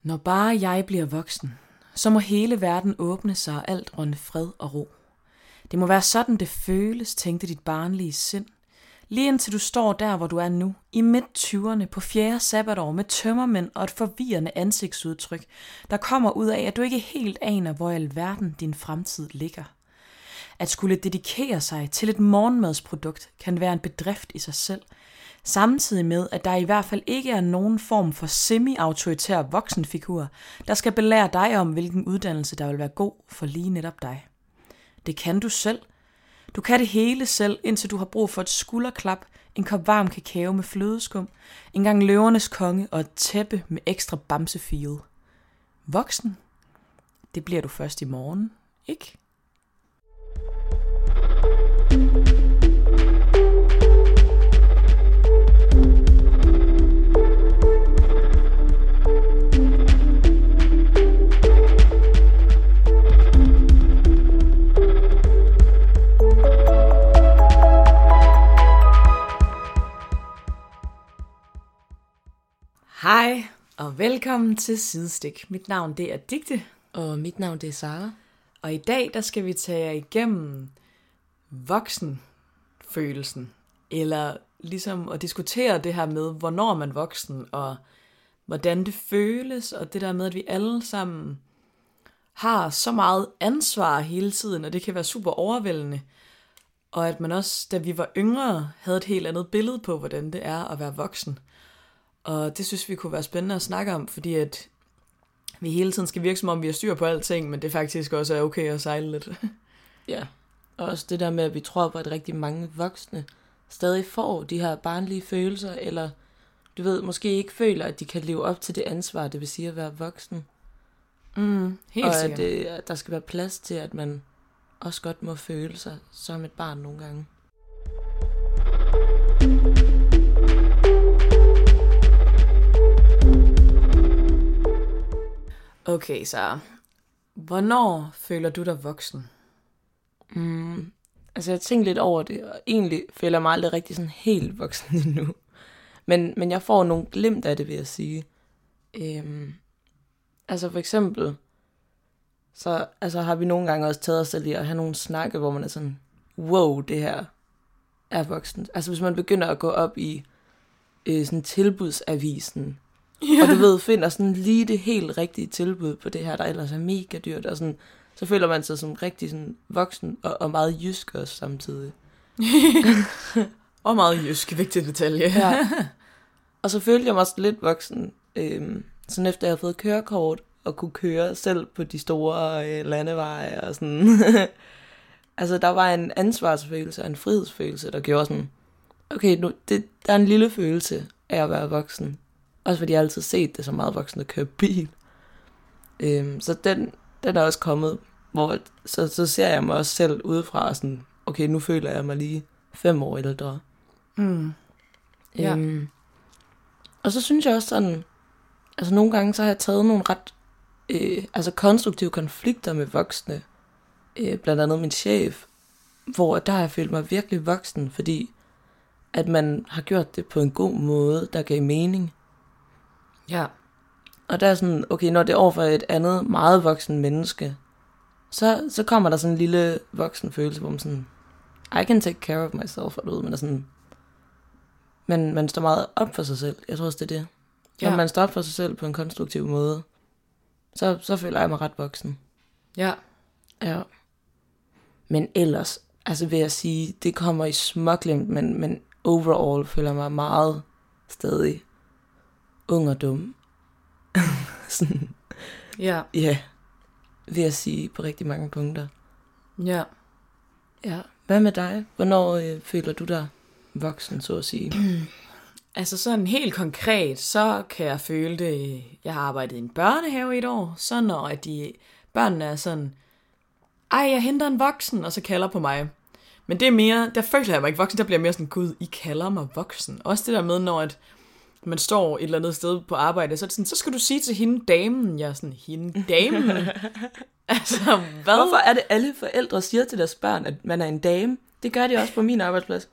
Når bare jeg bliver voksen, så må hele verden åbne sig og alt rådne fred og ro. Det må være sådan, det føles, tænkte dit barnlige sind. Lige indtil du står der, hvor du er nu, i midt-20'erne på 4. sabbatår med tømmermænd og et forvirrende ansigtsudtryk, der kommer ud af, at du ikke helt aner, hvor i alverden din fremtid ligger. At skulle dedikere sig til et morgenmadsprodukt kan være en bedrift i sig selv, samtidig med, at der i hvert fald ikke er nogen form for semi-autoritær voksenfigur, der skal belære dig om, hvilken uddannelse der vil være god for lige netop dig. Det kan du selv. Du kan det hele selv, indtil du har brug for et skulderklap, en kop varm kakao med flødeskum, en gang løvernes konge og et tæppe med ekstra bamsefeel. Voksen? Det bliver du først i morgen, ikke? Hej og velkommen til Sidestik. Mit navn det er Digte. Og mit navn det er Sara. Og i dag der skal vi tage jer igennem voksenfølelsen. Eller ligesom at diskutere det her med, hvornår man er voksen, og hvordan det føles. Og det der med, at vi alle sammen har så meget ansvar hele tiden, og det kan være super overvældende. Og at man også, da vi var yngre, havde et helt andet billede på, hvordan det er at være voksen. Og det synes vi kunne være spændende at snakke om, fordi at vi hele tiden skal virke som om vi har styr på alting, men det faktisk også er okay at sejle lidt. Ja, og også det der med, at vi tror på, at rigtig mange voksne stadig får de her barnlige følelser, eller du ved, måske ikke føler, at de kan leve op til det ansvar, det vil sige at være voksen. Helt og sikkert. at der skal være plads til, at man også godt må føle sig som et barn nogle gange. Okay, så hvornår føler du dig voksen? Altså jeg tænkte lidt over det, og egentlig føler jeg mig aldrig rigtig sådan helt voksen endnu. Men jeg får nogle glimt af det, vil jeg sige. Altså for eksempel, så altså har vi nogle gange også taget os selv i at have nogle snakke, hvor man er sådan, wow, det her er voksen. Altså hvis man begynder at gå op i sådan tilbudsavisen, og du ved, finder sådan lige det helt rigtige tilbud på det her, der ellers er mega dyrt, og sådan, så føler man sig som rigtig sådan voksen, og meget jysk også samtidig. Og meget jysk, vigtig detalje. Ja. Og så følte jeg mig også lidt voksen, sådan efter jeg havde fået kørekort, og kunne køre selv på de store landeveje, og sådan. Altså, der var en ansvarsfølelse og en frihedsfølelse, der gjorde sådan, okay, nu, der er en lille følelse af at være voksen. Også fordi jeg altid set det så meget voksen at køre bil. Så den er også kommet, hvor så ser jeg mig også selv udefra, sådan, okay, nu føler jeg mig lige 5 år ældre. Ja. Og så synes jeg også sådan, altså nogle gange så har jeg taget nogle ret konstruktive konflikter med voksne. Blandt andet min chef, hvor der har jeg følt mig virkelig voksen, fordi at man har gjort det på en god måde, der gav mening. Ja. Og der er sådan, okay, når det er over for et andet meget voksen menneske, så kommer der sådan en lille voksen følelse, hvor man sådan, I can take care of myself, og du ved, man er sådan, man står meget op for sig selv. Jeg tror også, det er det. Når man står op for sig selv på en konstruktiv måde, så føler jeg mig ret voksen. Ja. Ja. Men ellers, altså vil jeg sige, det kommer i småglimt, men overall føler jeg mig meget stadig ung og dum. Sådan. Ja. Ja, vil jeg sige på rigtig mange punkter. Ja. Ja. Hvad med dig? Hvornår føler du dig voksen, så at sige? Altså sådan helt konkret, så kan jeg føle det, jeg har arbejdet i en børnehave i et år, så når børnene er sådan, ej, jeg henter en voksen, og så kalder på mig. Men det er mere, der føler jeg mig ikke voksen, der bliver mere sådan, gud, I kalder mig voksen. Også det der med, når at man står et eller andet sted på arbejde, så er det sådan, så skal du sige til hende damen. Jeg er sådan, hende damen? Altså, hvad? Hvorfor er det alle forældre siger til deres børn, at man er en dame? Det gør de også på min arbejdsplads.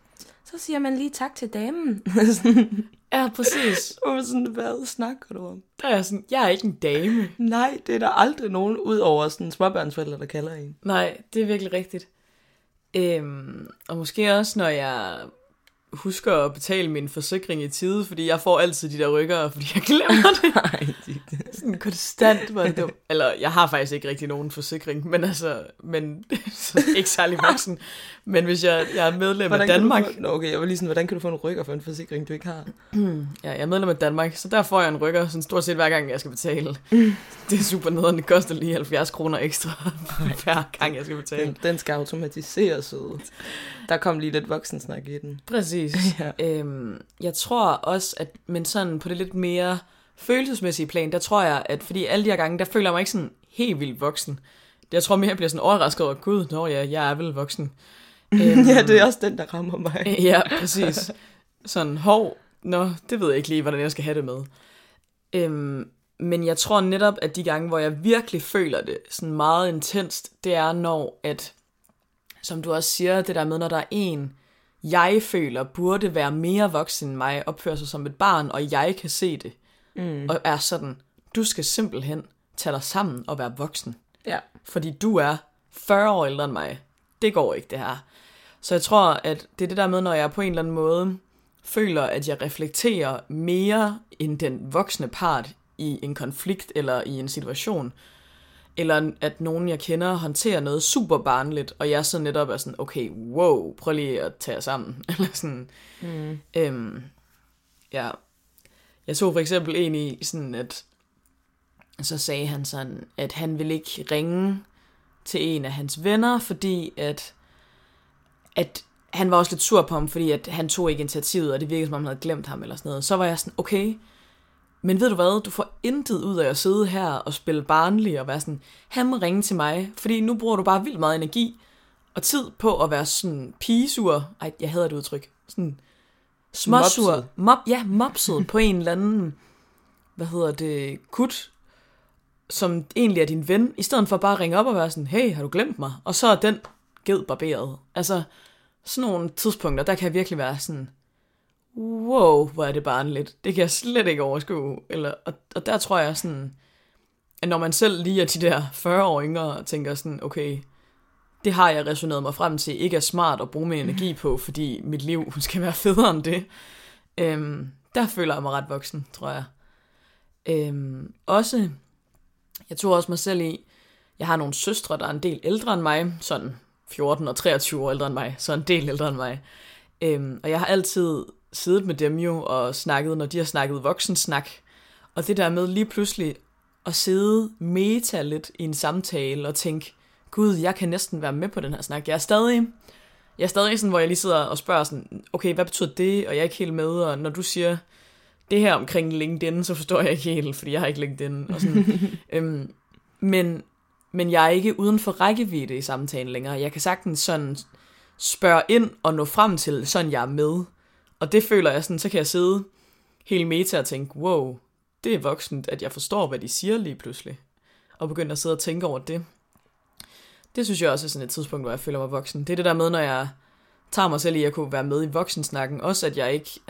så siger man lige tak til damen. Ja, præcis. Og sådan, hvad snakker du om? Der er jeg sådan, jeg er ikke en dame. Nej, det er der aldrig nogen ud over sådan småbørnsforældre, der kalder en. Nej, det er virkelig rigtigt. Og måske også, når jeg husker at betale min forsikring i tide, fordi jeg får altid de der rykker, fordi jeg glemmer det. Nej, Sådan konstant var det dumt. Eller, jeg har faktisk ikke rigtig nogen forsikring, men så ikke særlig voksen. Men hvis jeg er medlem af Danmark... Okay, jeg var lige sådan, hvordan kan du få en rykker for en forsikring, du ikke har? Ja, jeg er medlem af Danmark, så der får jeg en rykker sådan stort set hver gang, jeg skal betale. Det er super nederen, det koster lige 70 kroner ekstra hver gang, jeg skal betale. Den skal automatiseres ud. Der kom lige lidt voksensnak i den. Præcis. Ja. Jeg tror også, at men sådan på det lidt mere følelsesmæssige plan, der tror jeg, at fordi alle de her gange, der føler jeg mig ikke sådan helt vildt voksen. Jeg tror mere, jeg bliver sådan overrasket over, gud, nå ja, jeg er vel voksen. Ja, det er også den, der rammer mig. Ja, præcis. Sådan, det ved jeg ikke lige, hvordan jeg skal have det med. Men jeg tror netop, at de gange, hvor jeg virkelig føler det sådan meget intenst, det er når, at, som du også siger, det der med, når der er en, jeg føler burde være mere voksen end mig, opfører sig som et barn, og jeg kan se det, og er sådan, du skal simpelthen tage dig sammen og være voksen. Ja. Fordi du er 40 år ældre end mig. Det går ikke, det her. Så jeg tror, at det er det der med, når jeg på en eller anden måde føler, at jeg reflekterer mere end den voksne part i en konflikt eller i en situation, eller at nogen, jeg kender, håndterer noget super barnligt, og jeg så netop er sådan, okay, wow, prøv lige at tage jer sammen. Eller sådan. Ja. Jeg så for eksempel en i sådan, at så sagde han sådan, at han ville ikke ringe til en af hans venner, fordi at han var også lidt sur på ham, fordi at han tog ikke initiativet, og det virkede som om han havde glemt ham eller sådan noget. Så var jeg sådan, okay, men ved du hvad, du får intet ud af at sidde her og spille barnlig og være sådan, han må ringe til mig, fordi nu bruger du bare vildt meget energi og tid på at være sådan pigesur. Ej, jeg hader det udtryk. Sådan småsur. Mopset på en eller anden, kut, som egentlig er din ven, i stedet for bare at ringe op og være sådan, hey, har du glemt mig? Og så er den ged barberet. Altså, sådan nogle tidspunkter, der kan jeg virkelig være sådan, wow, hvor er det barnligt. Det kan jeg slet ikke overskue. Og der tror jeg sådan, at når man selv lige er de der 40 år yngre, og tænker sådan, okay, det har jeg resoneret mig frem til, ikke er smart at bruge mere energi på, fordi mit liv skal være federe end det. Der føler jeg mig ret voksen, tror jeg. Jeg tror også mig selv i, jeg har nogle søstre, der er en del ældre end mig, sådan 14 og 23 år ældre end mig, så en del ældre end mig. Og jeg har altid siddet med dem jo og snakket, når de har snakket voksensnak. Og det der med lige pludselig at sidde meta lidt i en samtale og tænke, gud, jeg kan næsten være med på den her snak. Jeg er stadig sådan, hvor jeg lige sidder og spørger sådan, okay, hvad betyder det? Og jeg er ikke helt med, og når du siger det her omkring LinkedIn, så forstår jeg ikke helt, fordi jeg har ikke LinkedIn. Og sådan. Men jeg er ikke uden for rækkevidde i samtalen længere. Jeg kan sagtens sådan spørge ind og nå frem til, sådan jeg er med. Og det føler jeg sådan, så kan jeg sidde helt meta og tænke, wow, det er voksent, at jeg forstår, hvad de siger lige pludselig. Og begynder at sidde og tænke over det. Det synes jeg også er sådan et tidspunkt, hvor jeg føler mig voksen. Det er det der med, når jeg tager mig selv i at kunne være med i voksensnakken. Også at jeg ikke,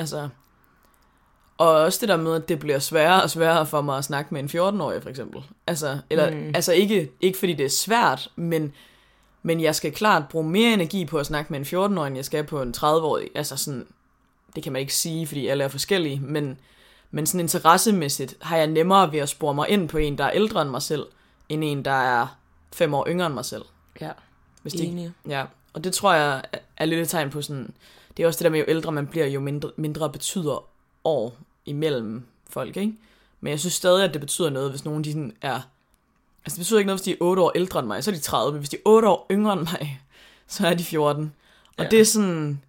og også det der med, at det bliver sværere og sværere for mig at snakke med en 14-årig, for eksempel. Altså ikke fordi det er svært, men jeg skal klart bruge mere energi på at snakke med en 14-årig, end jeg skal på en 30-årig. Altså sådan, det kan man ikke sige, fordi alle er forskellige, men sådan interessemæssigt har jeg nemmere ved at spore mig ind på en, der er ældre end mig selv, end en, der er 5 år yngre end mig selv. Ja, enig. Ja, og det tror jeg er lidt et tegn på sådan, det er også det der med, jo ældre man bliver, jo mindre betyder år imellem folk, ikke? Men jeg synes stadig, at det betyder noget, hvis nogen de sådan er, altså det betyder ikke noget, hvis de er 8 år ældre end mig, så er de 30, men hvis de er 8 år yngre end mig, så er de 14. Og det er sådan,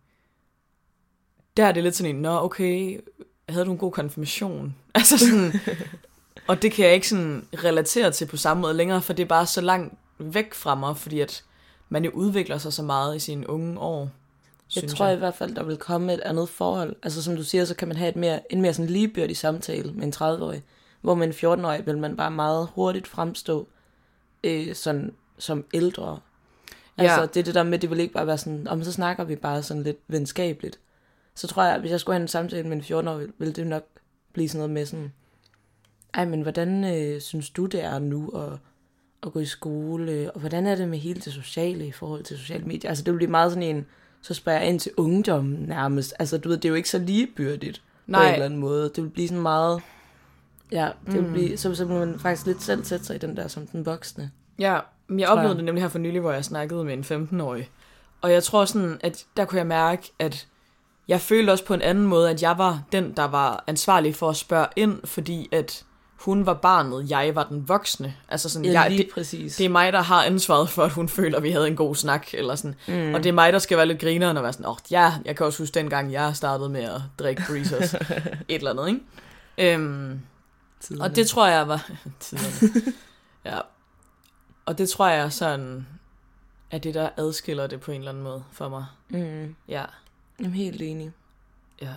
der er det lidt sådan en, nå okay, havde du en god konfirmation? Altså sådan, og det kan jeg ikke sådan relatere til på samme måde længere, for det er bare så langt væk fra mig, fordi at man jo udvikler sig så meget i sine unge år. Jeg tror i hvert fald, der vil komme et andet forhold. Altså som du siger, så kan man have en mere sådan ligebyrdig samtale med en 30-årig, hvor med en 14-årig vil man bare meget hurtigt fremstå sådan, som ældre. Altså det er det der med, det vil ikke bare være sådan, så snakker vi bare sådan lidt venskabeligt. så tror jeg, at hvis jeg skulle have en samtale med en 14-årig, ville det nok blive sådan noget med sådan, ej, men hvordan synes du, det er nu at gå i skole, og hvordan er det med hele det sociale i forhold til sociale medier? Altså, det vil blive meget sådan en, så spørger jeg ind til ungdommen nærmest. Altså, du ved, det er jo ikke så ligebyrdigt på en eller anden måde. Det vil blive sådan meget, ja, det vil blive, så vil man faktisk lidt selv sætte sig i den der som den voksne. Ja, men jeg oplevede det nemlig her for nylig, hvor jeg snakkede med en 15-årig. Og jeg tror sådan, at der kunne jeg mærke, at jeg følte også på en anden måde, at jeg var den, der var ansvarlig for at spørge ind, fordi at hun var barnet, jeg var den voksne. Altså sådan, ja, lige præcis. Det er mig, der har ansvaret for, at hun føler, at vi havde en god snak, eller sådan. Og det er mig, der skal være lidt grineren og være sådan, ja, jeg kan også huske dengang, jeg startede med at drikke breezers. Et eller andet, ikke? Og det tror jeg var... ja. Og det tror jeg sådan, at det der adskiller det på en eller anden måde for mig. Ja. Jeg er helt enig. Ja.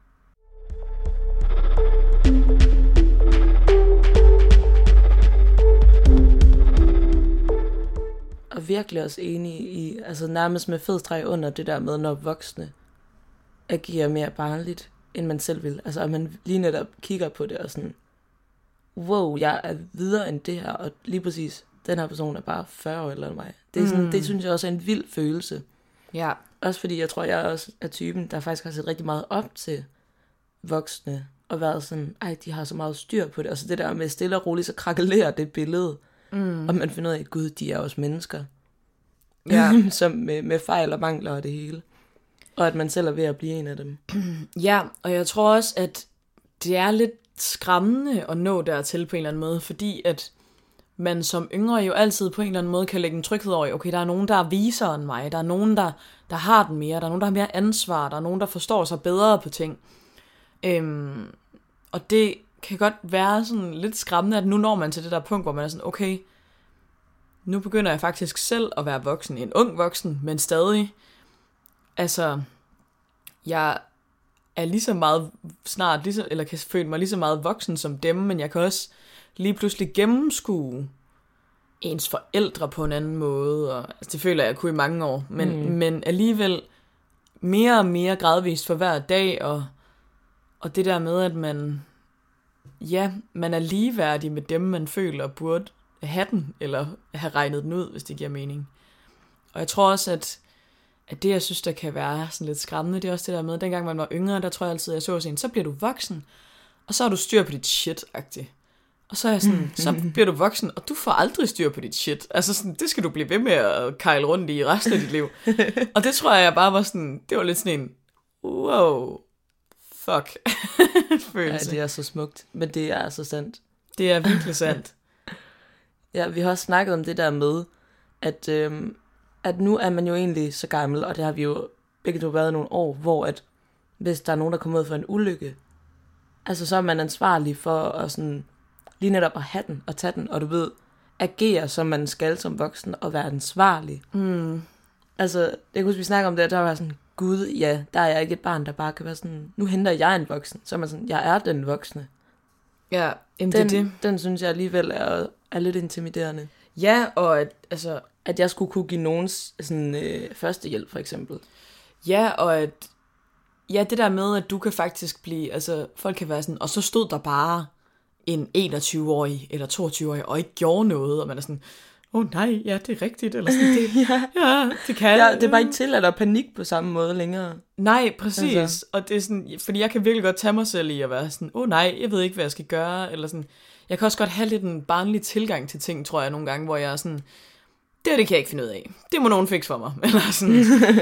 Og virkelig også enig i, altså nærmest med fed streg under det der med, når voksne agerer mere barnligt, end man selv vil. Altså, at man lige netop kigger på det og sådan, wow, jeg er videre end det her, og lige præcis, den her person er bare 40 år eller mig. Det er sådan, det synes jeg også er en vild følelse. Ja. Også fordi jeg tror, jeg også er typen, der faktisk har set rigtig meget op til voksne, og været sådan, ej, de har så meget styr på det. Og så det der med stille og roligt, så krakelerer det billede. Og man finder ud af, gud, de er også mennesker. Ja. Som med fejl og mangler og det hele. Og at man selv er ved at blive en af dem. Ja, og jeg tror også, at det er lidt skræmmende at nå dertil på en eller anden måde, fordi at man som yngre jo altid på en eller anden måde kan lægge en tryghed over, okay, der er nogen, der er visere end mig, der er nogen, der har den mere, der er nogen, der har mere ansvar, der er nogen, der forstår sig bedre på ting. Og det kan godt være sådan lidt skræmmende, at nu når man til det der punkt, hvor man er sådan, okay, nu begynder jeg faktisk selv at være voksen, en ung voksen, men stadig, altså, jeg er lige så meget snart, eller kan føle mig lige så meget voksen som dem, men jeg kan også lige pludselig gennemskue ens forældre på en anden måde, og altså, det føler jeg kunne i mange år, men alligevel mere og mere gradvist for hver dag, og det der med, at man er ligeværdig med dem, man føler burde have den, eller have regnet den ud, hvis det giver mening. Og jeg tror også, at det, jeg synes, der kan være sådan lidt skræmmende, det er også det der med, dengang man var yngre, der tror jeg altid, jeg så sådan, så bliver du voksen, og så har du styr på dit shit-agtigt. Og så er jeg sådan, så bliver du voksen, og du får aldrig styr på dit shit. Altså sådan, det skal du blive ved med at kejle rundt i resten af dit liv. Og det tror jeg bare var sådan, det var lidt sådan en, wow, fuck, følelse. Ja, det er så smukt, men det er så sandt. Det er virkelig sandt. Ja, vi har også snakket om det der med, at nu er man jo egentlig så gammel, og det har vi jo begge to været nogle år, hvor at hvis der er nogen, der kommer ud for en ulykke, altså så er man ansvarlig for at sådan, lige netop at have den og tage den, og du ved, agere som man skal som voksen og være ansvarlig. Altså, jeg kan huske, vi snakker om det, der var sådan, gud, ja, der er jeg ikke et barn, der bare kan være sådan, nu henter jeg en voksen, så er man sådan, jeg er den voksne. Ja, den synes jeg alligevel er lidt intimiderende. Ja, og at jeg skulle kunne give nogen sådan, førstehjælp, for eksempel. Ja, og det der med, at du kan faktisk blive, altså folk kan være sådan, og så stod der bare en 21-årig eller 22-årig og ikke gjorde noget, og man er sådan, nej, ja, det er rigtigt, eller sådan, ja, det kan. Ja, det er bare ikke til, at der er panik på samme måde længere. Nej, præcis, altså. Og det er sådan, fordi jeg kan virkelig godt tage mig selv i at være sådan, nej, jeg ved ikke, hvad jeg skal gøre, eller sådan, jeg kan også godt have lidt en barnlig tilgang til ting, tror jeg, nogle gange, hvor jeg er sådan, det kan jeg ikke finde ud af. Det må nogen fikse for mig. Eller sådan.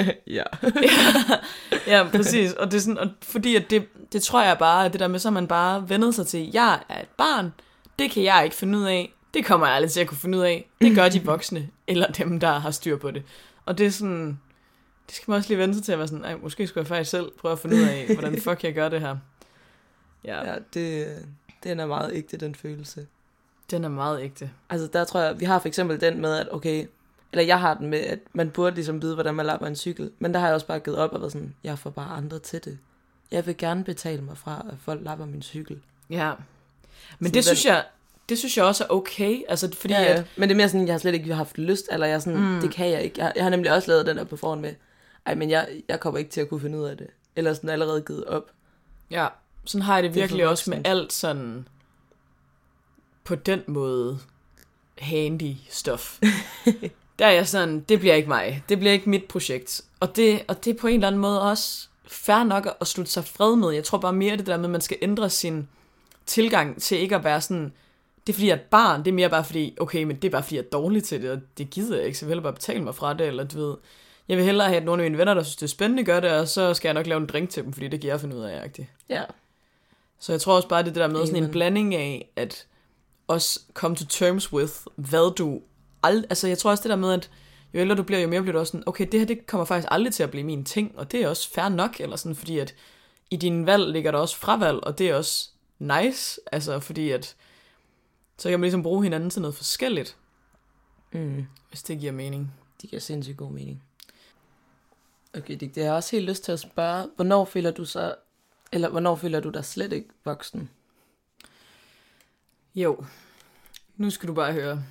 ja, præcis. Og det er sådan, og fordi at det tror jeg bare, at det der med, så man bare vendet sig til, jeg er et barn, det kan jeg ikke finde ud af. Det kommer jeg aldrig til at kunne finde ud af. Det gør de voksne, eller dem, der har styr på det. Og det er sådan, det skal man også lige vende sig til at være sådan, måske skulle jeg faktisk selv prøve at finde ud af, hvordan fuck jeg gør det her. Ja, den er meget ægte, den følelse. Den er meget ægte. Altså der tror jeg, vi har for eksempel den med, at okay, eller jeg har den med, at man burde ligesom vide, hvordan man lapper en cykel. Men der har jeg også bare givet op og været sådan, jeg får bare andre til det. Jeg vil gerne betale mig fra, at folk lapper min cykel. Ja, men det synes jeg også er okay. Altså, fordi ja. Men det er mere sådan, jeg har slet ikke haft lyst, eller jeg sådan, det kan jeg ikke. Jeg har nemlig også lavet den der på forhånd med, men jeg kommer ikke til at kunne finde ud af det. eller sådan allerede givet op. Ja, sådan har jeg det virkelig for også med voksent. alt sådan, på den måde, handy stuff. Der er jeg sådan, det bliver ikke mig. Det bliver ikke mit projekt. Og det er på en eller anden måde også fair nok at slutte sig fred med. Jeg tror bare mere det der med, at man skal ændre sin tilgang til ikke at være sådan, det er fordi jeg er et barn, det er mere bare fordi, okay, men det er bare fordi jeg er dårlig til det, og det gider jeg ikke, så jeg vil hellere bare betale mig fra det, eller du ved, jeg vil hellere have, at nogle af mine venner, der synes, det er spændende, gør det, og så skal jeg nok lave en drink til dem, fordi det giver jeg finde ud af, agtigt. Ja. Så jeg tror også bare, det er det der med sådan en blanding af, at også come to terms with, hvad du altså jeg tror også det der med, at jo ældre du bliver, jo mere bliver du også sådan, okay, det her, det kommer faktisk aldrig til at blive min ting, og det er også fair nok, eller sådan, fordi at i din valg ligger der også fravalg, og det er også nice, altså fordi at, så kan man ligesom bruge hinanden til noget forskelligt, hvis det giver mening. Det giver sindssygt god mening. Okay, det har jeg også helt lyst til at spørge, hvornår føler du dig slet ikke voksen? Jo, nu skal du bare høre.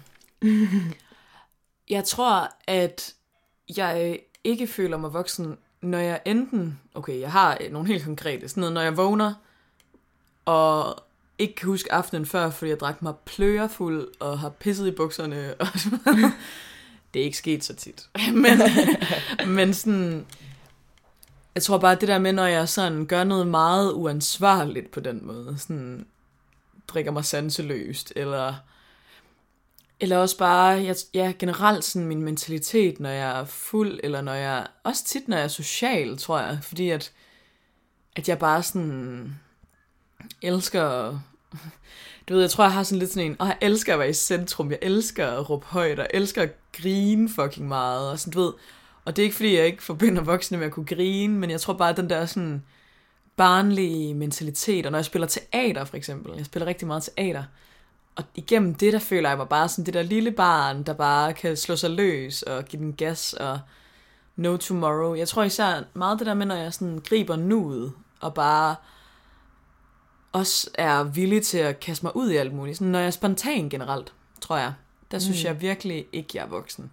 Jeg tror, at jeg ikke føler mig voksen, når jeg enten, okay, jeg har nogle helt konkrete, sådan noget, når jeg vågner, og ikke kan huske aftenen før, fordi jeg drak mig plørefuld, og har pisset i bukserne, og det er ikke sket så tit. men sådan, jeg tror bare, det der med, når jeg sådan gør noget meget uansvarligt på den måde, sådan drikker mig sanseløst, eller også bare, generelt sådan min mentalitet, når jeg er fuld, eller også tit, når jeg er social, tror jeg, fordi at jeg bare sådan elsker, du ved, jeg tror, jeg har sådan lidt sådan en, jeg elsker at være i centrum, jeg elsker at råbe højt, og elsker at grine fucking meget, og sådan, du ved, og det er ikke, fordi jeg ikke forbinder voksne med at kunne grine, men jeg tror bare, at den der sådan barnlige mentalitet, og når jeg spiller teater, for eksempel, jeg spiller rigtig meget teater, og igennem det, der føler jeg mig bare sådan det der lille barn, der bare kan slå sig løs og give den gas og no tomorrow. Jeg tror især meget det der med, når jeg sådan griber nuet og bare også er villig til at kaste mig ud i alt muligt. Sådan, når jeg er spontan generelt, tror jeg, der synes jeg virkelig ikke, jeg er voksen.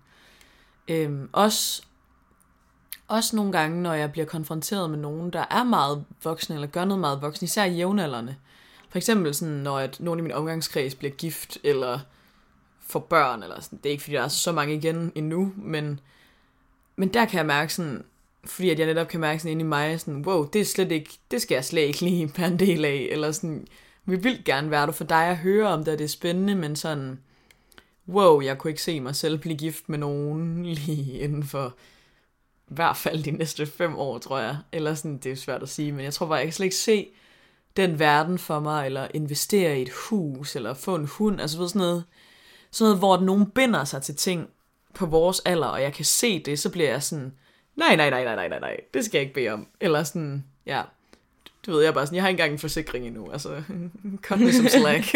Også nogle gange, når jeg bliver konfronteret med nogen, der er meget voksne eller gør noget meget voksen, især jævnaldrende. For eksempel sådan, når nogen i min omgangskreds bliver gift, eller får børn, eller sådan. Det er ikke, fordi der er så mange igen endnu, men der kan jeg mærke sådan, fordi at jeg netop kan mærke sådan inde i mig, sådan, wow, det skal jeg slet ikke lige være en del af, eller sådan, vi vil gerne være der for dig at høre om det, og det er spændende, men sådan, wow, jeg kunne ikke se mig selv blive gift med nogen lige inden for i hvert fald de næste 5 år, tror jeg. Eller sådan, det er svært at sige, men jeg tror bare, jeg kan slet ikke se den verden for mig, eller investere i et hus, eller få en hund, altså sådan noget, hvor nogen binder sig til ting på vores alder, og jeg kan se det, så bliver jeg sådan, nej, det skal jeg ikke bede om. Eller sådan, ja, du ved, jeg er bare sådan, jeg har ikke engang en forsikring endnu, altså, cut me some slack.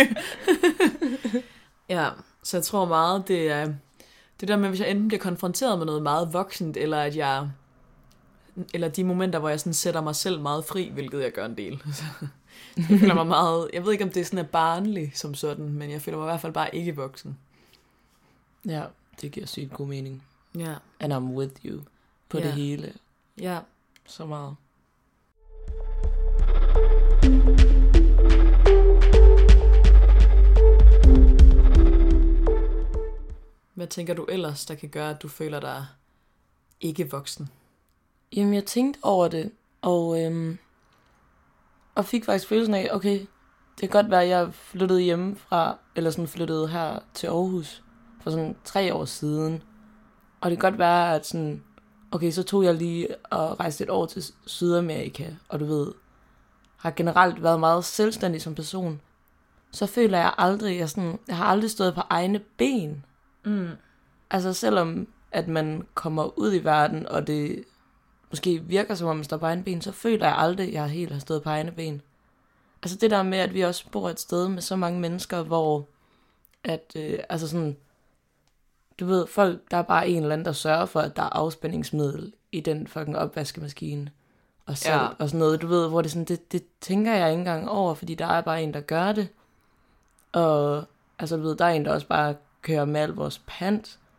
Ja, så jeg tror meget, det er det der med, hvis jeg enten bliver konfronteret med noget meget voksent, eller de momenter, hvor jeg sådan sætter mig selv meget fri, hvilket jeg gør en del. Jeg føler mig meget, jeg ved ikke, om det sådan er barnlig som sådan, men jeg føler mig i hvert fald bare ikke voksen. Ja, det giver sygt god mening. Ja. And I'm with you på det hele. Ja. Så meget. Hvad tænker du ellers, der kan gøre, at du føler dig ikke voksen? Jamen, jeg tænkte over det, og fik faktisk følelsen af, okay, det kan godt være, at jeg flyttede hjemmefra, eller sådan flyttede her til Aarhus for sådan 3 år siden. Og det kan godt være, at sådan, okay, så tog jeg lige og rejste et år til Sydamerika, og du ved, har generelt været meget selvstændig som person. Så føler jeg aldrig, jeg har aldrig stået på egne ben. Altså selvom at man kommer ud i verden, og det måske virker som om man står på egne ben, så føler jeg aldrig, at jeg helt har stået på egne ben. Altså det der med, at vi også bor et sted med så mange mennesker, hvor at, altså sådan, du ved, folk, der er bare en eller anden, der sørger for, at der er afspændingsmiddel i den fucking opvaskemaskine og salt og sådan noget, du ved, hvor det sådan, det tænker jeg ikke engang over, fordi der er bare en, der gør det. Og altså du ved, der er en, der også bare kører med al vores pant.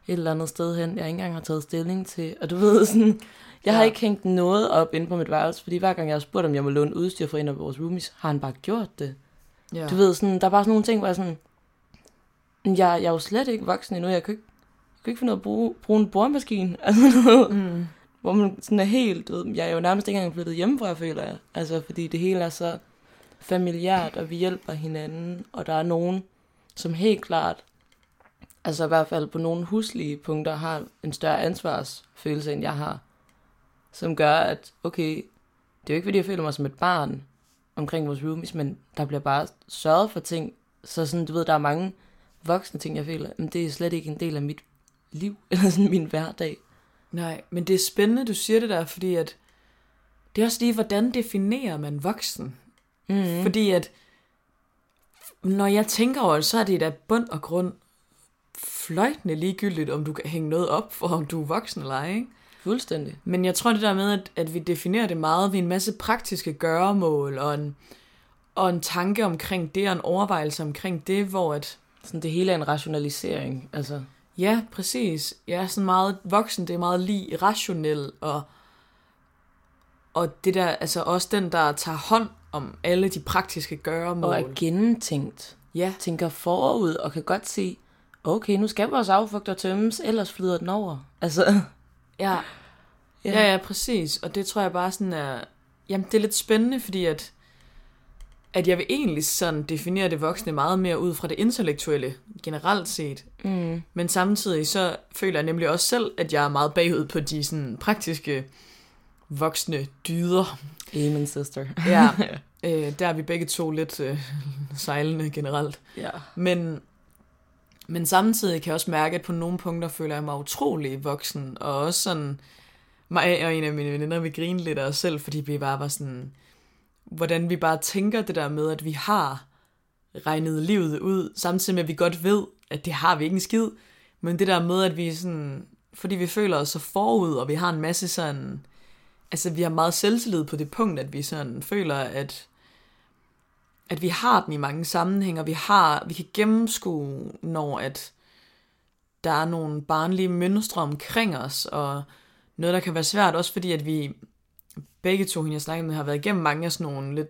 et eller andet sted hen, jeg ikke engang har taget stilling til. Og du ved sådan, jeg har ikke hængt noget op inde på mit værelse, fordi hver gang jeg har spurgt, om jeg må låne udstyr fra en af vores roomies, har han bare gjort det. Ja. Du ved sådan, der er bare sådan nogle ting, hvor jeg sådan, jeg er jo slet ikke voksen endnu, jeg kan ikke finde noget at bruge en boremaskine. Altså hvor man sådan er helt, jeg er jo nærmest ikke engang flyttet hjemmefra, føler jeg. Altså fordi det hele er så familiært, og vi hjælper hinanden, og der er nogen, som helt klart, altså i hvert fald på nogle huslige punkter, har en større ansvarsfølelse, end jeg har. Som gør, at okay, det er jo ikke, fordi jeg føler mig som et barn omkring vores roomies, men der bliver bare sørget for ting. Så sådan, du ved, der er mange voksne ting, jeg føler, men det er slet ikke en del af mit liv, eller sådan min hverdag. Nej, men det er spændende, du siger det der, fordi at det er også lige, hvordan definerer man voksen? Mm-hmm. Fordi at når jeg tænker over det, så er det da bund og grund fløjtende ligegyldigt, om du kan hænge noget op, for om du er voksen eller ej, ikke? Fuldstændig. Men jeg tror det der med, at vi definerer det meget ved en masse praktiske gøremål, og en tanke omkring det, og en overvejelse omkring det, hvor at sådan det hele er en rationalisering, altså. Ja, præcis. Ja, sådan meget voksen, det er meget lige rationel, og det der, altså også den, der tager hånd om alle de praktiske gøremål. Og er gennemtænkt. Ja. Tænker forud, og kan godt se, okay, nu skal vores affugter tømmes, ellers flyder den over. Altså. Ja, præcis. Og det tror jeg bare sådan er, jamen det er lidt spændende, fordi at jeg vil egentlig sådan definere det voksne meget mere ud fra det intellektuelle, generelt set. Mm. Men samtidig så føler jeg nemlig også selv, at jeg er meget bagud på de sådan praktiske voksne dyder. Amen, sister. Ja, der er vi begge to lidt sejlende generelt. Ja. Men samtidig kan jeg også mærke, at på nogle punkter føler jeg mig utrolig voksen, og også sådan, mig og en af mine veninder, vi griner lidt af os selv, fordi vi bare var sådan, hvordan vi bare tænker det der med, at vi har regnet livet ud, samtidig med, at vi godt ved, at det har vi ikke en skid, men det der med, at vi sådan, fordi vi føler os så forud, og vi har en masse sådan, altså vi har meget selvtillid på det punkt, at vi sådan føler, at vi har den i mange sammenhænge, og vi kan gennemskue, når at der er nogle barnlige mønstre omkring os, og noget, der kan være svært, også fordi, at vi begge to, hende jeg snakkede med, har været igennem mange af sådan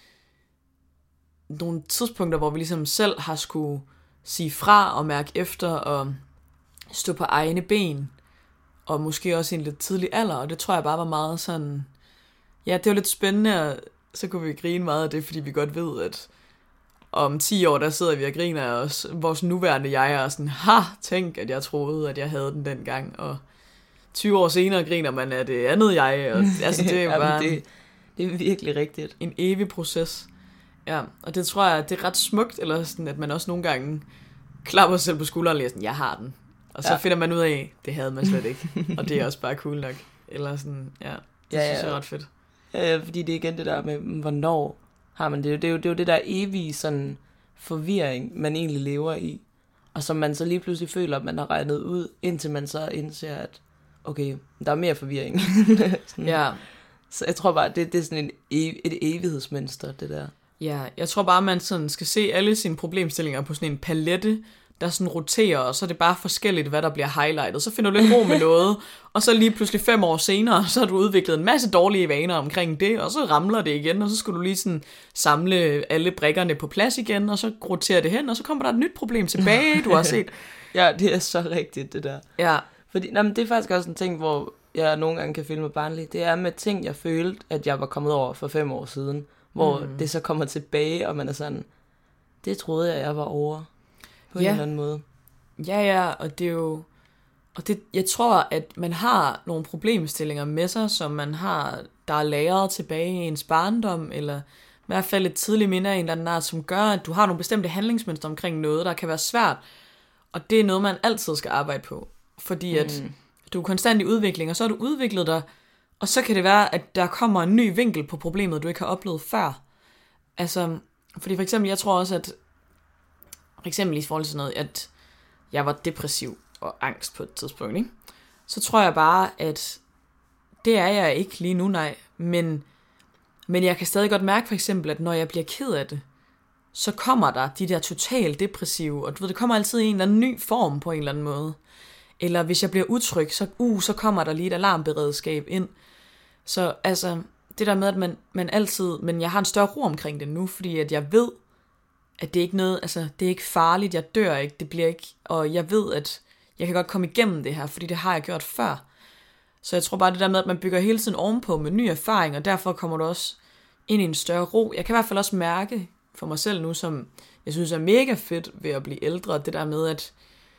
nogle tidspunkter, hvor vi ligesom selv har skulle sige fra og mærke efter og stå på egne ben, og måske også i en lidt tidlig alder, og det tror jeg bare var meget sådan, ja, det var lidt spændende, og så kunne vi grine meget af det, fordi vi godt ved, at om 10 år, der sidder vi og griner af os, vores nuværende jeg er sådan, tænk, at jeg troede, at jeg havde den dengang, og 20 år senere griner man af det andet jeg, og altså det er bare det er virkelig rigtigt. En evig proces. Ja, og det tror jeg, det er ret smukt, eller sådan, at man også nogle gange klapper sig selv på skulderen og siger sådan, jeg har den. Og så finder man ud af, det havde man slet ikke. Og det er også bare cool nok. Eller sådan, det synes jeg er ret fedt. Ja, fordi det er igen det der med, hvornår har man det. Det er jo det der evige sådan forvirring, man egentlig lever i. Og som man så lige pludselig føler, at man har regnet ud, indtil man så indser, at okay, der er mere forvirring. Ja. Så jeg tror bare, det er sådan et evighedsmønster, det der. Ja, jeg tror bare, man sådan skal se alle sine problemstillinger på sådan en palette, der sådan roterer, og så er det bare forskelligt, hvad der bliver highlightet. Så finder du lidt ro med noget, og så lige pludselig 5 år senere, så har du udviklet en masse dårlige vaner omkring det, og så ramler det igen, og så skal du lige sådan samle alle brikkerne på plads igen, og så roterer det hen, og så kommer der et nyt problem tilbage, du har set. Ja, det er så rigtigt, det der. Ja. Fordi, det er faktisk også en ting, hvor jeg nogle gange kan føle mig barnlig. Det er med ting, jeg følte, at jeg var kommet over for 5 år siden, hvor det så kommer tilbage, og man er sådan, det troede jeg var over. På en eller anden måde. Ja, og det er jo, og det, jeg tror, at man har nogle problemstillinger med sig, som man har, der er lagret tilbage i ens barndom, eller i hvert fald et tidligt minde af en eller anden art, som gør, at du har nogle bestemte handlingsmønstre omkring noget, der kan være svært, og det er noget, man altid skal arbejde på, fordi at du er konstant i udvikling, og så har du udviklet dig, og så kan det være, at der kommer en ny vinkel på problemet, du ikke har oplevet før. Altså, fordi for eksempel, jeg tror også, at for eksempel i forhold til noget, at jeg var depressiv og angst på et tidspunkt, ikke? Så tror jeg bare, at det er jeg ikke lige nu, nej. Men jeg kan stadig godt mærke for eksempel, at når jeg bliver ked af det, så kommer der de der totalt depressive, og du ved, det kommer altid i en eller anden ny form på en eller anden måde. Eller hvis jeg bliver utryg, så kommer der lige et alarmberedskab ind. Så altså, det der med, at man altid, men jeg har en større ro omkring det nu, fordi at jeg ved, at det er ikke noget, altså det er ikke farligt, jeg dør ikke, det bliver ikke, og jeg ved, at jeg kan godt komme igennem det her, fordi det har jeg gjort før. Så jeg tror bare det der med, at man bygger hele tiden ovenpå med ny erfaring, og derfor kommer du også ind i en større ro. Jeg kan i hvert fald også mærke for mig selv nu, som jeg synes er mega fedt ved at blive ældre, det der med, at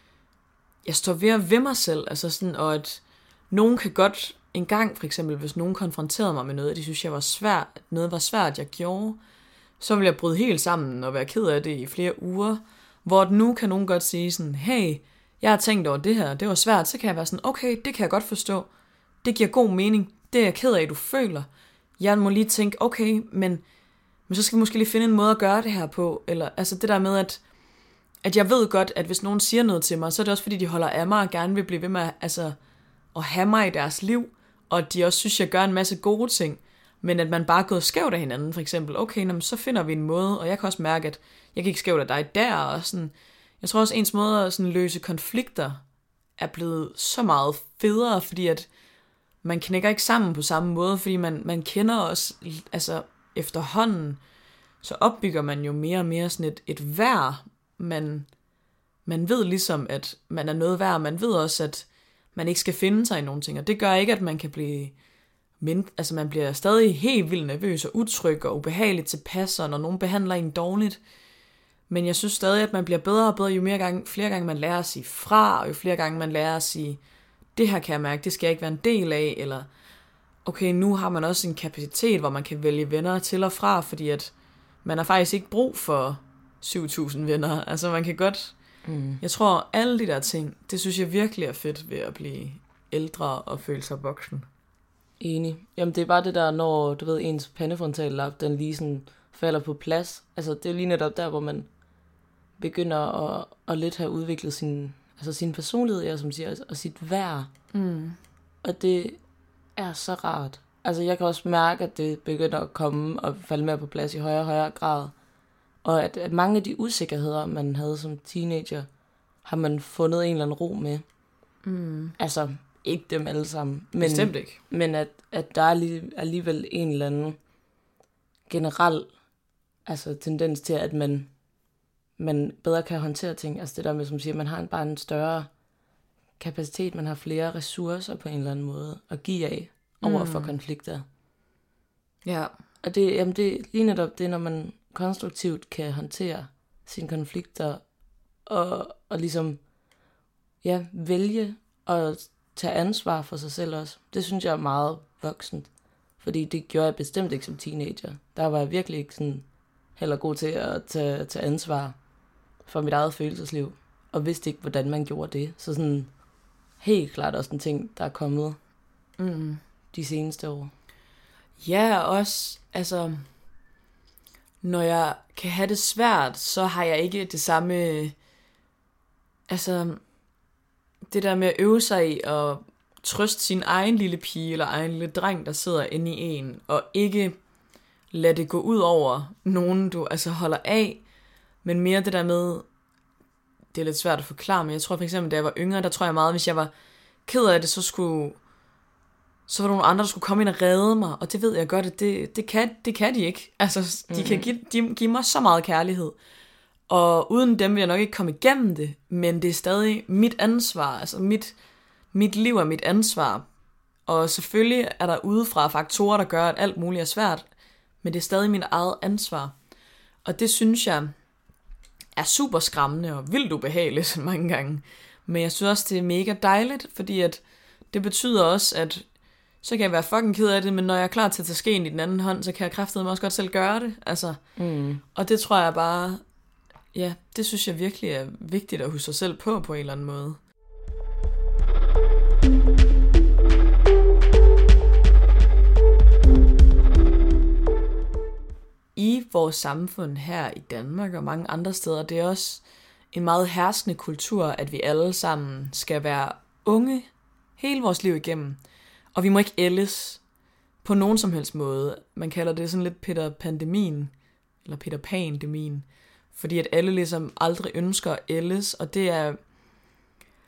jeg står ved mig selv, altså sådan, og at nogen kan godt en gang, for eksempel, hvis nogen konfronterede mig med noget, de synes jeg var svært, noget var svært, jeg gjorde, så ville jeg bryde helt sammen og være ked af det i flere uger, hvor nu kan nogen godt sige sådan, hey, jeg har tænkt over det her, det var svært, så kan jeg være sådan, okay, det kan jeg godt forstå, det giver god mening, det er jeg ked af, du føler. Jeg må lige tænke, okay, men så skal vi måske lige finde en måde at gøre det her på, eller altså det der med, at jeg ved godt, at hvis nogen siger noget til mig, så er det også fordi, de holder af mig og gerne vil blive ved med at have mig i deres liv, og at de også synes, jeg gør en masse gode ting, men at man bare er gået skævt af hinanden, for eksempel, okay, så finder vi en måde, og jeg kan også mærke, at jeg gik skævt af dig der, og sådan, jeg tror også, ens måde at sådan løse konflikter er blevet så meget federe, fordi at man knækker ikke sammen på samme måde, fordi man kender os, altså efterhånden, så opbygger man jo mere og mere sådan et værd, man ved ligesom, at man er noget værd, man ved også, at man ikke skal finde sig i nogle ting, og det gør ikke, at man kan blive altså man bliver stadig helt vildt nervøs og utryg og ubehageligt tilpas, når nogen behandler en dårligt, men jeg synes stadig, at man bliver bedre og bedre, jo flere gange man lærer at sige fra, og jo flere gange man lærer at sige, det her kan jeg mærke, det skal jeg ikke være en del af, eller okay, nu har man også en kapacitet, hvor man kan vælge venner til og fra, fordi at man har faktisk ikke brug for 7.000 venner, altså man kan godt, jeg tror alle de der ting, det synes jeg virkelig er fedt ved at blive ældre og føle sig voksen. Enig. Jamen det er bare det der, når du ved, ens pandefrontallap, den lige sådan falder på plads, altså det er lige netop der, hvor man begynder at lidt have udviklet sin personlighed, ja, som siger, og sit værd. Og det er så rart. Altså jeg kan også mærke, at det begynder at komme og falde mere på plads i højere og højere grad. Og at mange af de usikkerheder, man havde som teenager, har man fundet en eller anden ro med. Altså ikke dem alle sammen. Bestemt ikke. Men at der er alligevel en eller anden generel tendens til, at man bedre kan håndtere ting. Altså det der med, som siger, man har bare en større kapacitet, man har flere ressourcer på en eller anden måde at give af over for konflikter. Ja. Og det er lige netop det, når man konstruktivt kan håndtere sine konflikter og ligesom vælge at tage ansvar for sig selv også. Det synes jeg er meget voksent, fordi det gjorde jeg bestemt ikke som teenager. Der var jeg virkelig ikke sådan heller god til at tage ansvar for mit eget følelsesliv, og vidste ikke, hvordan man gjorde det. Så sådan helt klart også en ting, der er kommet de seneste år. Ja, også, når jeg kan have det svært, så har jeg ikke det samme, det der med at øve sig i at trøste sin egen lille pige eller egen lille dreng, der sidder inde i en, og ikke lade det gå ud over nogen, du holder af, men mere det der med, det er lidt svært at forklare, men jeg tror for eksempel, da jeg var yngre, der tror jeg meget, hvis jeg var ked af det, så var der nogle andre, der skulle komme ind og redde mig, og det ved jeg godt, at det kan de ikke. Altså, de kan give mig så meget kærlighed, og uden dem vil jeg nok ikke komme igennem det, men det er stadig mit ansvar, altså mit liv er mit ansvar, og selvfølgelig er der udefra faktorer, der gør, at alt muligt er svært, men det er stadig mit eget ansvar, og det synes jeg er super skræmmende og vildt ubehageligt mange gange, men jeg synes også, det er mega dejligt, fordi at det betyder også, at så kan jeg være fucking ked af det, men når jeg er klar til at tage skeen i den anden hånd, så kan jeg kraftedeme også godt selv gøre det. Og det tror jeg bare, ja, det synes jeg virkelig er vigtigt at huske sig selv på en eller anden måde. I vores samfund her i Danmark og mange andre steder, det er også en meget herskende kultur, at vi alle sammen skal være unge hele vores liv igennem. Og vi må ikke ældes på nogen som helst måde. Man kalder det sådan lidt Peter Pandemien, eller Peter Pan-demien, fordi at alle ligesom aldrig ønsker at ældes, og det er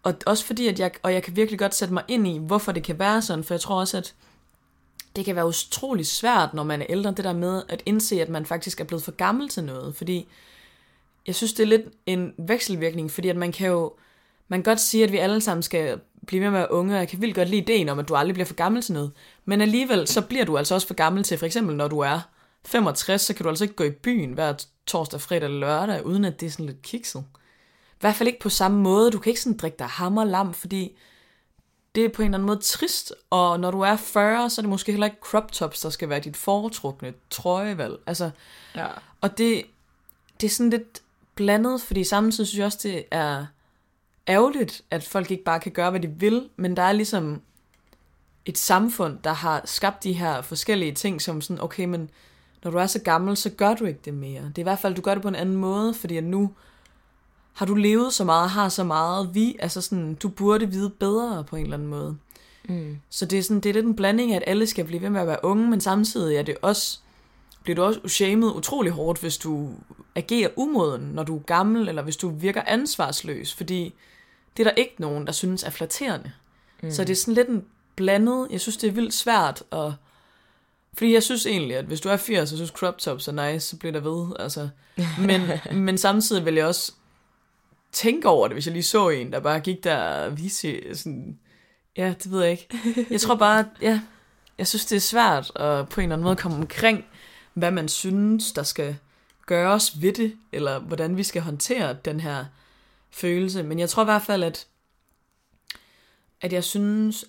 Og også fordi, at jeg kan virkelig godt sætte mig ind i, hvorfor det kan være sådan, for jeg tror også, at det kan være utrolig svært, når man er ældre, det der med at indse, at man faktisk er blevet for gammel til noget, fordi jeg synes, det er lidt en vekselvirkning, fordi at man kan godt sige, at vi alle sammen skal blive med at være unge, og jeg kan vildt godt lide ideen om, at du aldrig bliver for gammel til noget, men alligevel, så bliver du altså også for gammel til, for eksempel når du er 65, så kan du altså ikke gå i byen hver torsdag, fredag eller lørdag, uden at det er sådan lidt kikset. I hvert fald ikke på samme måde. Du kan ikke sådan drikke dig hammerlam, fordi det er på en eller anden måde trist, og når du er 40, så er det måske heller ikke crop tops, der skal være dit foretrukne trøjevalg. Altså, ja. Og det er sådan lidt blandet, fordi samtidig synes jeg også, det er ærgerligt, at folk ikke bare kan gøre, hvad de vil, men der er ligesom et samfund, der har skabt de her forskellige ting, som sådan, okay, men når du er så gammel, så gør du ikke det mere. Det er i hvert fald, du gør det på en anden måde, fordi at nu har du levet så meget, har så meget, altså sådan, du burde vide bedre på en eller anden måde. Mm. Så det er lidt en blanding af, at alle skal blive ved med at være unge, men samtidig er det også, bliver du også shamed utrolig hårdt, hvis du agerer umoden, når du er gammel, eller hvis du virker ansvarsløs, fordi det er der ikke nogen, der synes er flatterende. Mm. Så det er sådan lidt en blandet, jeg synes, det er vildt svært, fordi jeg synes egentlig, at hvis du er 80 og synes crop tops er nice, så bliver der ved, altså. Men samtidig vil jeg også tænke over det, hvis jeg lige så en, der bare gik der og viste sådan, ja, det ved jeg ikke. Jeg tror bare, ja, jeg synes, det er svært at på en eller anden måde komme omkring, hvad man synes, der skal gøres ved det, eller hvordan vi skal håndtere den her følelse. Men jeg tror i hvert fald, at jeg synes,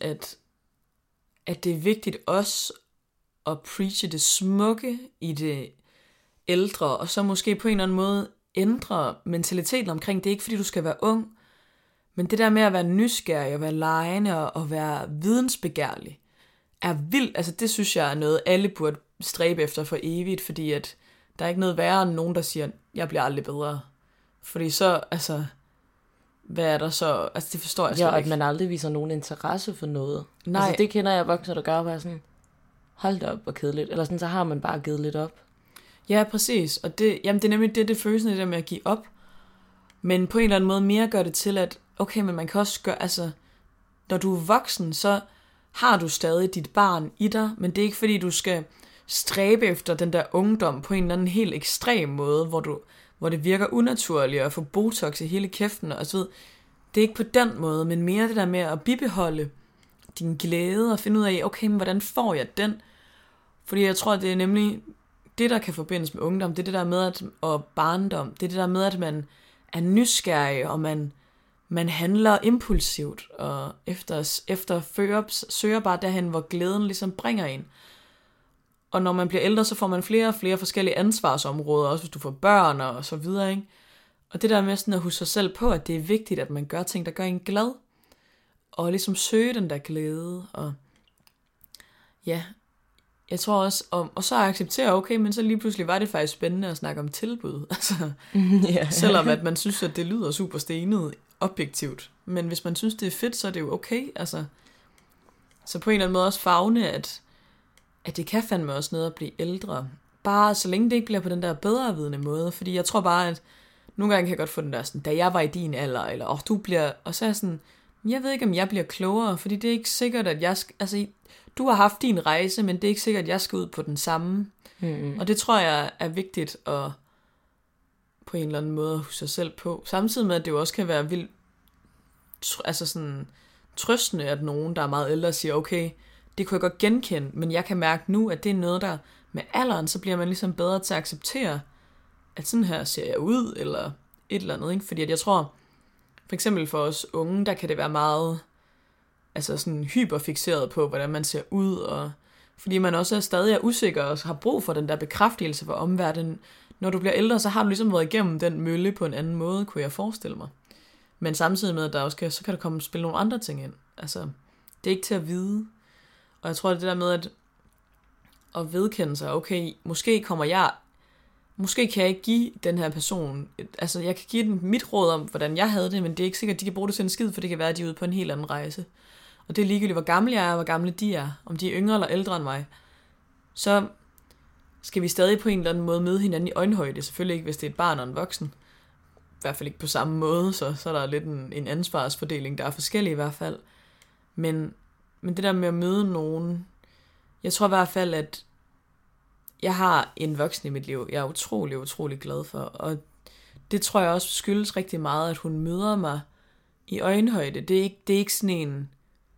at det er vigtigt også at preache det smukke i det ældre, og så måske på en eller anden måde ændre mentaliteten omkring, det er ikke fordi du skal være ung, men det der med at være nysgerrig og være legende og være vidensbegærlig, er vildt, altså det synes jeg er noget, alle burde stræbe efter for evigt, fordi at der er ikke noget værre end nogen, der siger, jeg bliver aldrig bedre. Fordi så, altså, hvad er der så, altså det forstår jeg slet ikke. Ja, at man aldrig viser nogen interesse for noget. Nej. Altså det kender jeg voksne, der gør, hvor jeg sådan, hold da op, hvor kedeligt. Eller sådan, så har man bare givet lidt op. Ja, præcis. Og det er nemlig det følelsen af det der med at give op. Men på en eller anden måde mere gør det til, at okay, men man kan også gøre, altså, når du er voksen, så har du stadig dit barn i dig, men det er ikke fordi, du skal stræbe efter den der ungdom på en eller anden helt ekstrem måde, hvor det virker unaturligt at få botox i hele kæften og så videre. Det er ikke på den måde, men mere det der med at bibeholde din glæde og finde ud af, okay, men hvordan får jeg den? Fordi jeg tror, det er nemlig det, der kan forbindes med ungdom, det er det der med, og barndom, det er det der med, at man er nysgerrig, og man handler impulsivt, og søger bare derhen, hvor glæden ligesom bringer en. Og når man bliver ældre, så får man flere og flere forskellige ansvarsområder, også hvis du får børn og så videre, ikke? Og det der med sådan at huske sig selv på, at det er vigtigt, at man gør ting, der gør en glad, og ligesom søge den der glæde, og ja, jeg tror også, og så acceptere, okay, men så lige pludselig var det faktisk spændende at snakke om tilbud, altså, yeah. Selvom at man synes, at det lyder super stenet objektivt, men hvis man synes, det er fedt, så er det jo okay, altså, så på en eller anden måde også favne, at det kan fandme også noget at blive ældre, bare så længe det ikke bliver på den der bedrevidende måde, fordi jeg tror bare, at nogle gange kan jeg godt få den der sådan, da jeg var i din alder, eller du bliver, og så er jeg sådan, jeg ved ikke, om jeg bliver klogere, fordi det er ikke sikkert, at jeg altså, du har haft din rejse, men det er ikke sikkert, at jeg skal ud på den samme. Mm-hmm. Og det tror jeg er vigtigt at på en eller anden måde huske sig selv på. Samtidig med, at det jo også kan være vildt altså sådan trøstende, at nogen, der er meget ældre, siger, okay, det kunne jeg godt genkende, men jeg kan mærke nu, at det er noget, der med alderen, så bliver man ligesom bedre til at acceptere, at sådan her ser jeg ud, eller et eller andet, ikke? Fordi at jeg tror, for eksempel for os unge, der kan det være meget altså sådan hyperfixeret på, hvordan man ser ud, og fordi man også stadig er usikker og har brug for den der bekræftelse for omverdenen. Når du bliver ældre, så har du ligesom været igennem den mølle på en anden måde, kunne jeg forestille mig. Men samtidig med, at der også så kan der komme spille nogle andre ting ind. Altså, det er ikke til at vide. Og jeg tror, det der med at vedkende sig, okay, måske kan jeg ikke give den her person, altså jeg kan give den mit råd om, hvordan jeg havde det, men det er ikke sikkert, at de kan bruge det til en skid, for det kan være, at de er ude på en helt anden rejse. Og det er ligegyldigt, hvor gammel jeg er, og hvor gamle de er. Om de er yngre eller ældre end mig. Så skal vi stadig på en eller anden måde møde hinanden i øjenhøjde. Selvfølgelig ikke, hvis det er et barn og en voksen. hvert fald ikke på samme måde, så er der lidt en ansvarsfordeling, der er forskellig i hvert fald. Men det der med at møde nogen, jeg tror i hvert fald, at jeg har en voksen i mit liv, jeg er utrolig, utrolig glad for, og det tror jeg også skyldes rigtig meget, at hun møder mig i øjenhøjde. Det er ikke sådan en,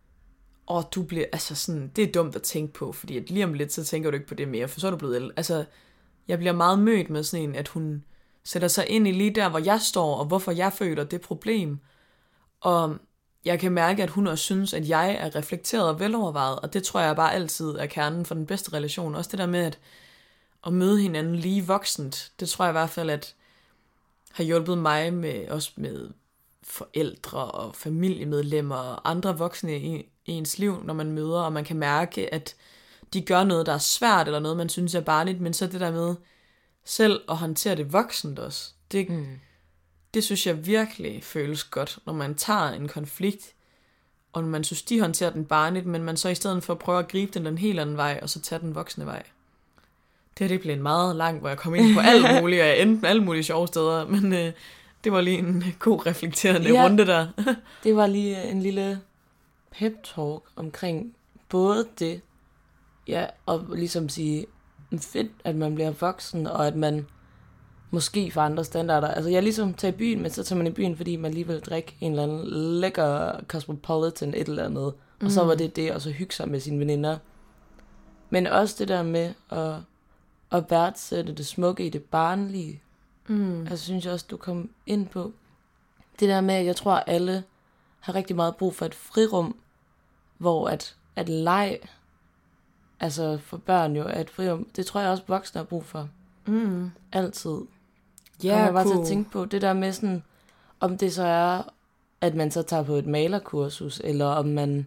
du bliver, altså sådan, det er dumt at tænke på, fordi at lige om lidt, så tænker du ikke på det mere, for så er du blevet ældre. Altså, jeg bliver meget mødt med sådan en, at hun sætter sig ind i lige der, hvor jeg står, og hvorfor jeg føler det problem. Og jeg kan mærke, at hun også synes, at jeg er reflekteret og velovervejet, og det tror jeg bare altid er kernen for den bedste relation. Også det der med at møde hinanden lige voksent, det tror jeg i hvert fald, at har hjulpet mig med, også med forældre og familiemedlemmer og andre voksne i ens liv, når man møder, og man kan mærke, at de gør noget, der er svært, eller noget, man synes er barnligt, men så det der med selv at håndtere det voksent også, det synes jeg virkelig føles godt, når man tager en konflikt, og man synes, de håndterer den barnligt, men man så i stedet for at prøve at gribe den helt anden vej, og så tage den voksne vej. Det blev en meget lang, hvor jeg kom ind på alt muligt, og jeg endte med alle mulige sjove steder, men det var lige en god reflekterende runde der. Det var lige en lille pep-talk omkring både det, og ligesom sige, fedt, at man bliver voksen, og at man måske får andre standarder. Altså, jeg ligesom tager i byen, men så tager man i byen, fordi man lige vil drikke en eller anden lækker Cosmopolitan et eller andet, og så var det, og så hygge sig med sine veninder. Men også det der med at værdsætte det smukke i det barnlige. Altså, synes jeg også, du kom ind på. Det der med, at jeg tror, at alle har rigtig meget brug for et frirum, hvor at leg, altså for børn jo, er et frirum, det tror jeg også, voksne har brug for. Altid. Ja, kommer jeg bare til at tænke på det der med sådan, om det så er, at man så tager på et malerkursus, eller om man,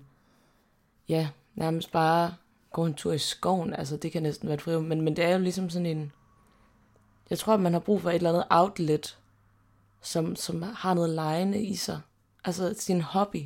nærmest bare går en tur i skoven, altså det kan næsten være et frirum, men det er jo ligesom sådan en, jeg tror, at man har brug for et eller andet outlet, som har noget legende i sig. Altså sin hobby.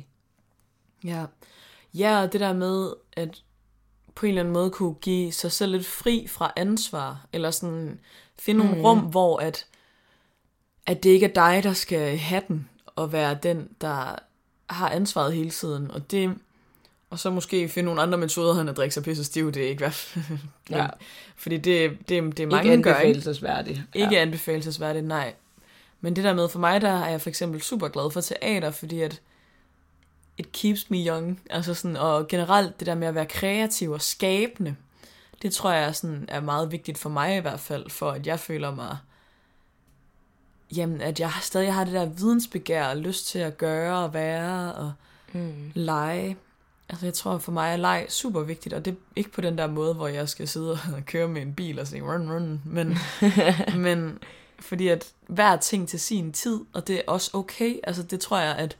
Ja, og det der med, at på en eller anden måde kunne give sig selv lidt fri fra ansvar, eller sådan finde nogle rum, hvor at det ikke er dig, der skal have den, og være den, der har ansvaret hele tiden, og så måske finde nogle andre metoder, end at drikke sig pisse stiv, det er ikke hvad. Fordi det er mange ikke anbefalelsesværdigt. Ikke anbefalelsesværdigt, nej. Men det der med, for mig, der er jeg for eksempel super glad for teater, fordi at it keeps me young, altså sådan, og generelt det der med at være kreativ og skabende, det tror jeg sådan er meget vigtigt for mig i hvert fald, for at jeg føler mig, jamen at jeg stadig har det der vidensbegær og lyst til at gøre og være og lege. Altså jeg tror for mig er leg super vigtigt, og det er ikke på den der måde, hvor jeg skal sidde og køre med en bil og sige run, men fordi at hver ting til sin tid, og det er også okay, altså det tror jeg, at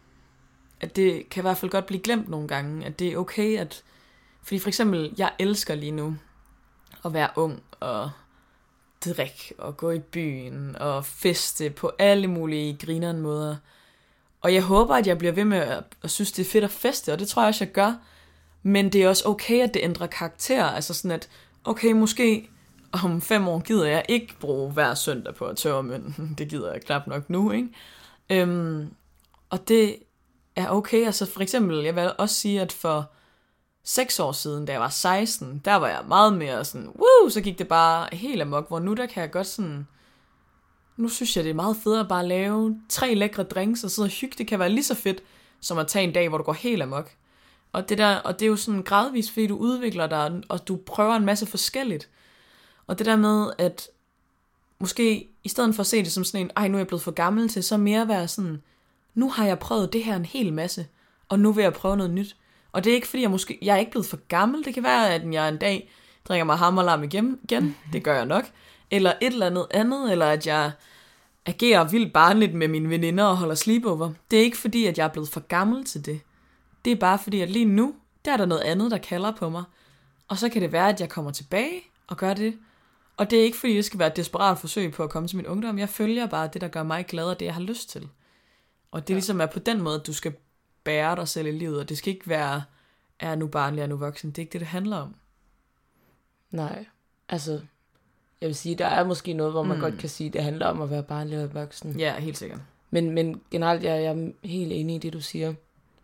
det kan i hvert fald godt blive glemt nogle gange, at det er okay, fordi for eksempel, jeg elsker lige nu at være ung og drikke og gå i byen og feste på alle mulige grinerne måder. Og jeg håber, at jeg bliver ved med at synes, det er fedt at feste, og det tror jeg også, jeg gør. Men det er også okay, at det ændrer karakter. Altså sådan, at okay, måske om 5 år gider jeg ikke bruge hver søndag på at tørre mønten. Det gider jeg knap nok nu, ikke? Og det er okay. Altså for eksempel, jeg vil også sige, at for 6 år siden, da jeg var 16, der var jeg meget mere sådan, så gik det bare helt amok, hvor nu der kan jeg godt sådan, nu synes jeg, det er meget federe at bare lave 3 lækre drinks og sidde og hygge. Det kan være lige så fedt, som at tage en dag, hvor du går helt amok. Og det er jo sådan gradvist, fordi du udvikler dig, og du prøver en masse forskelligt. Og det der med, at måske i stedet for at se det som sådan en, nu er jeg blevet for gammel til, så mere være sådan, nu har jeg prøvet det her en hel masse, og nu vil jeg prøve noget nyt. Og det er ikke fordi, jeg er ikke blevet for gammel. Det kan være, at jeg en dag drikker mig hammerlam igen. Det gør jeg nok. Eller et eller andet, eller at jeg agerer vildt barnligt med mine veninder og holder sleepover. Det er ikke fordi, at jeg er blevet for gammel til det. Det er bare fordi, at lige nu, der er der noget andet, der kalder på mig. Og så kan det være, at jeg kommer tilbage og gør det. Og det er ikke fordi, det skal være et desperat forsøg på at komme til min ungdom. Jeg følger bare det, der gør mig glad, og det, jeg har lyst til. Og det ligesom er på den måde, at du skal bære dig selv i livet, og det skal ikke være, er nu barnlig, er nu voksen. Det er ikke det, det handler om. Nej, altså, jeg vil sige, der er måske noget, hvor man godt kan sige, det handler om at være barnlig og voksen. Ja, helt sikkert. Men generelt, jeg er helt enig i det, du siger.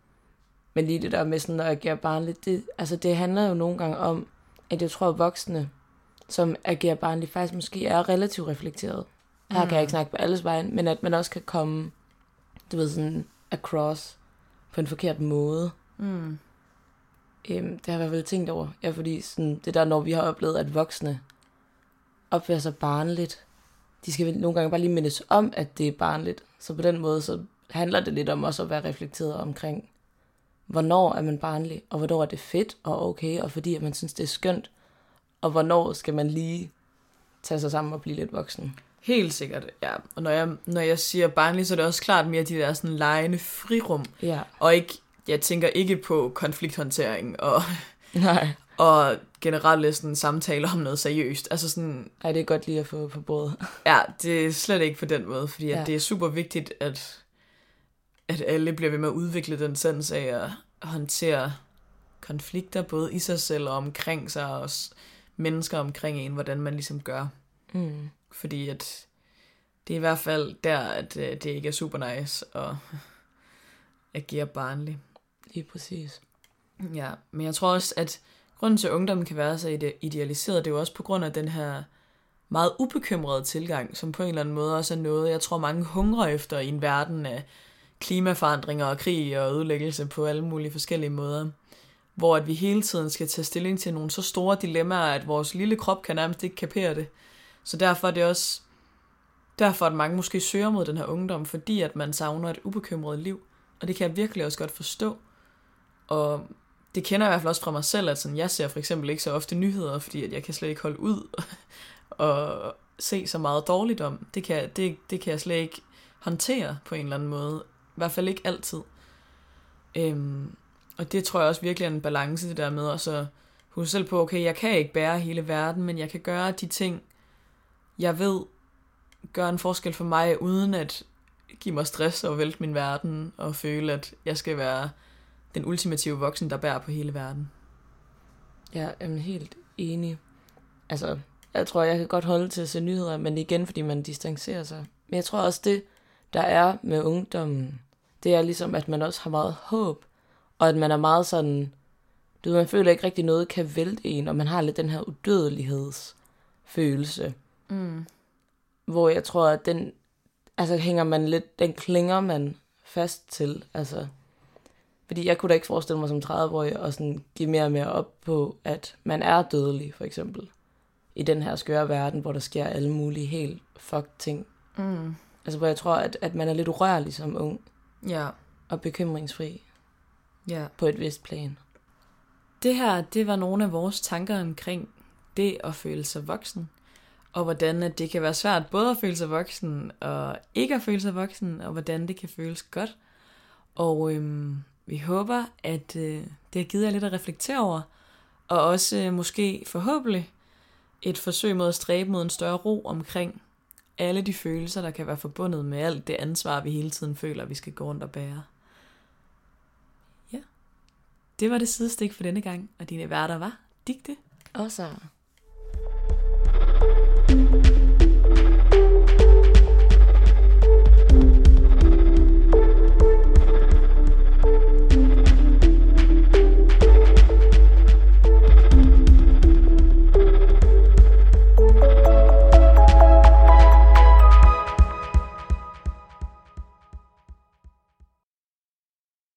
Men lige det der med sådan at agere barnligt, det handler jo nogle gange om, at jeg tror, at voksne, som agerer barnligt, faktisk måske er relativt reflekteret. Her kan jeg ikke snakke på alles vejen, men at man også kan komme, du ved, sådan across på en forkert måde. Det har jeg i hvert fald tænkt over. Ja, fordi sådan, det der, når vi har oplevet, at voksne opfører sig barnligt, de skal nogle gange bare lige mindes om, at det er barnligt. Så på den måde, så handler det lidt om også at være reflekteret omkring, hvornår er man barnlig, og hvornår er det fedt og okay, og fordi at man synes, det er skønt, og hvornår skal man lige tage sig sammen og blive lidt voksen. Helt sikkert, ja. Og når jeg siger barnlig, så er det også klart mere de der sådan legende frirum. Ja. Og ikke, jeg tænker ikke på konflikthåndtering og, Nej. og generelt sådan samtaler om noget seriøst. Altså sådan, Ej, det er godt lige at få på bordet. Ja, det er slet ikke på den måde, fordi at det er super vigtigt, at alle bliver ved med at udvikle den sans af at håndtere konflikter, både i sig selv og omkring sig, og også mennesker omkring en, hvordan man ligesom gør. Fordi at det er i hvert fald der, at det ikke er super nice at agere barnlig. Lige præcis. Ja, men jeg tror også, at grunden til, at ungdommen kan være så idealiseret, det er jo også på grund af den her meget ubekymrede tilgang, som på en eller anden måde også er noget, jeg tror mange hungrer efter i en verden af klimaforandringer og krig og ødelæggelse på alle mulige forskellige måder. Hvor at vi hele tiden skal tage stilling til nogle så store dilemmaer, at vores lille krop kan nærmest ikke kapere det. Så derfor er det også derfor, at mange måske søger mod den her ungdom, fordi at man savner et ubekymret liv. Og det kan jeg virkelig også godt forstå. Og det kender jeg i hvert fald også fra mig selv, at sådan, jeg ser for eksempel ikke så ofte nyheder, fordi at jeg kan slet ikke holde ud og se så meget dårligt om. Det kan jeg slet ikke håndtere på en eller anden måde. I hvert fald ikke altid. Og det tror jeg også virkelig er en balance, det der med også at huske selv på, okay, jeg kan ikke bære hele verden, men jeg kan gøre de ting, jeg ved, gør en forskel for mig, uden at give mig stress og vælte min verden, og føle, at jeg skal være den ultimative voksen, der bærer på hele verden. Ja, jeg er helt enig. Altså, jeg tror, jeg kan godt holde til at se nyheder, men igen, fordi man distancerer sig. Men jeg tror også, det, der er med ungdommen, det er ligesom, at man også har meget håb, og at man er meget sådan, du ved, man føler ikke rigtig noget kan vælte en, og man har lidt den her udødelighedsfølelse. Hvor jeg tror, at den, altså hænger man lidt, den klinger man fast til, altså. Fordi jeg kunne da ikke forestille mig som 30-årig og sådan give mere og mere op på, at man er dødelig, for eksempel. I den her skøre verden, hvor der sker alle mulige helt fucked ting. Altså, hvor jeg tror, at man er lidt urørlig som ung. Ja. Og bekymringsfri. Ja. På et vist plan. Det her, det var nogle af vores tanker omkring det at føle sig voksen. Og hvordan at det kan være svært både at føle sig voksen og ikke at føle sig voksen. Og hvordan det kan føles godt. Og vi håber, at det har givet jer lidt at reflektere over. Og også måske forhåbentlig et forsøg mod at stræbe mod en større ro omkring alle de følelser, der kan være forbundet med alt det ansvar, vi hele tiden føler, vi skal gå rundt og bære. Ja, det var det sidestik for denne gang, og dine værter var Digte og Sara.